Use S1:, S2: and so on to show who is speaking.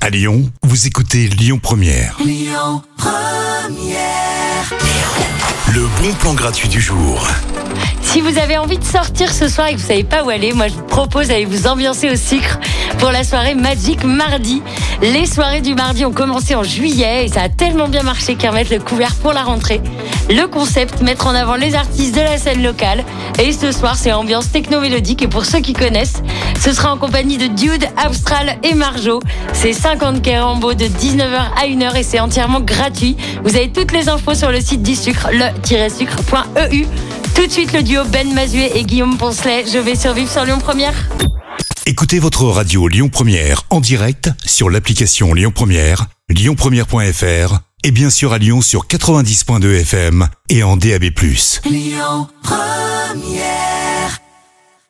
S1: À Lyon, vous écoutez Lyon Première.
S2: Lyon Première.
S1: Le bon plan gratuit du jour.
S3: Si vous avez envie de sortir ce soir et que vous savez pas où aller, moi je vous propose d'aller vous ambiancer au sucre pour la soirée Magic Mardi. Les soirées du mardi ont commencé en juillet et ça a tellement bien marché qu'ils remettent le couvert pour la rentrée. Le concept, mettre en avant les artistes de la scène locale. Et ce soir, c'est ambiance techno-mélodique. Et pour ceux qui connaissent, ce sera en compagnie de Dude, Austral et Marjo. C'est 50 quai Rambo de 19h à 1h et c'est entièrement gratuit. Vous avez toutes les infos sur le site du sucre, le-sucre.eu. Tout de suite, le duo Ben Mazué et Guillaume Poncelet. Je vais survivre sur Lyon Première.
S1: Écoutez votre radio Lyon Première en direct sur l'application Lyon Première, lyonpremière.fr et bien sûr à Lyon sur 90.2 FM et en DAB+.
S2: Lyon Première.